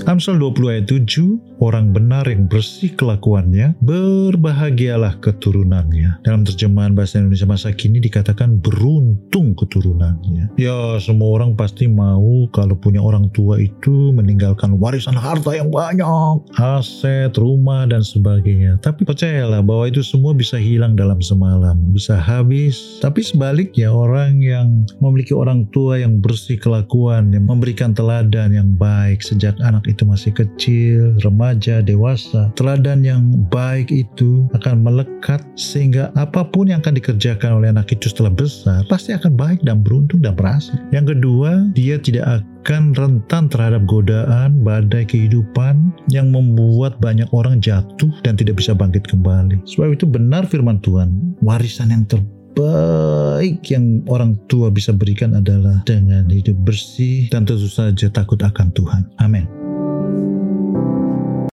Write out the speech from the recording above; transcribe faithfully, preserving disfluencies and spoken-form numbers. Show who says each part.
Speaker 1: Amsal dua puluh ayat tujuh, orang benar yang bersih kelakuannya, berbahagialah keturunannya. Dalam terjemahan bahasa Indonesia masa kini dikatakan beruntung keturunannya. Ya, semua orang pasti mau kalau punya orang tua itu meninggalkan warisan harta yang banyak, aset, rumah, dan sebagainya. Tapi percayalah bahwa itu semua bisa hilang dalam semalam, bisa habis. Tapi sebaliknya, orang yang memiliki orang tua yang bersih kelakuan, yang memberikan teladan yang baik sejak anak itu masih kecil, remaja, dewasa, teladan yang baik itu akan melekat sehingga apapun yang akan dikerjakan oleh anak itu setelah besar pasti akan baik dan beruntung dan berhasil. Yang kedua, dia tidak akan rentan terhadap godaan, badai kehidupan yang membuat banyak orang jatuh dan tidak bisa bangkit kembali. Sebab itu benar firman Tuhan, warisan yang terbaik baik yang orang tua bisa berikan adalah dengan hidup bersih dan tentu saja takut akan Tuhan. Amin.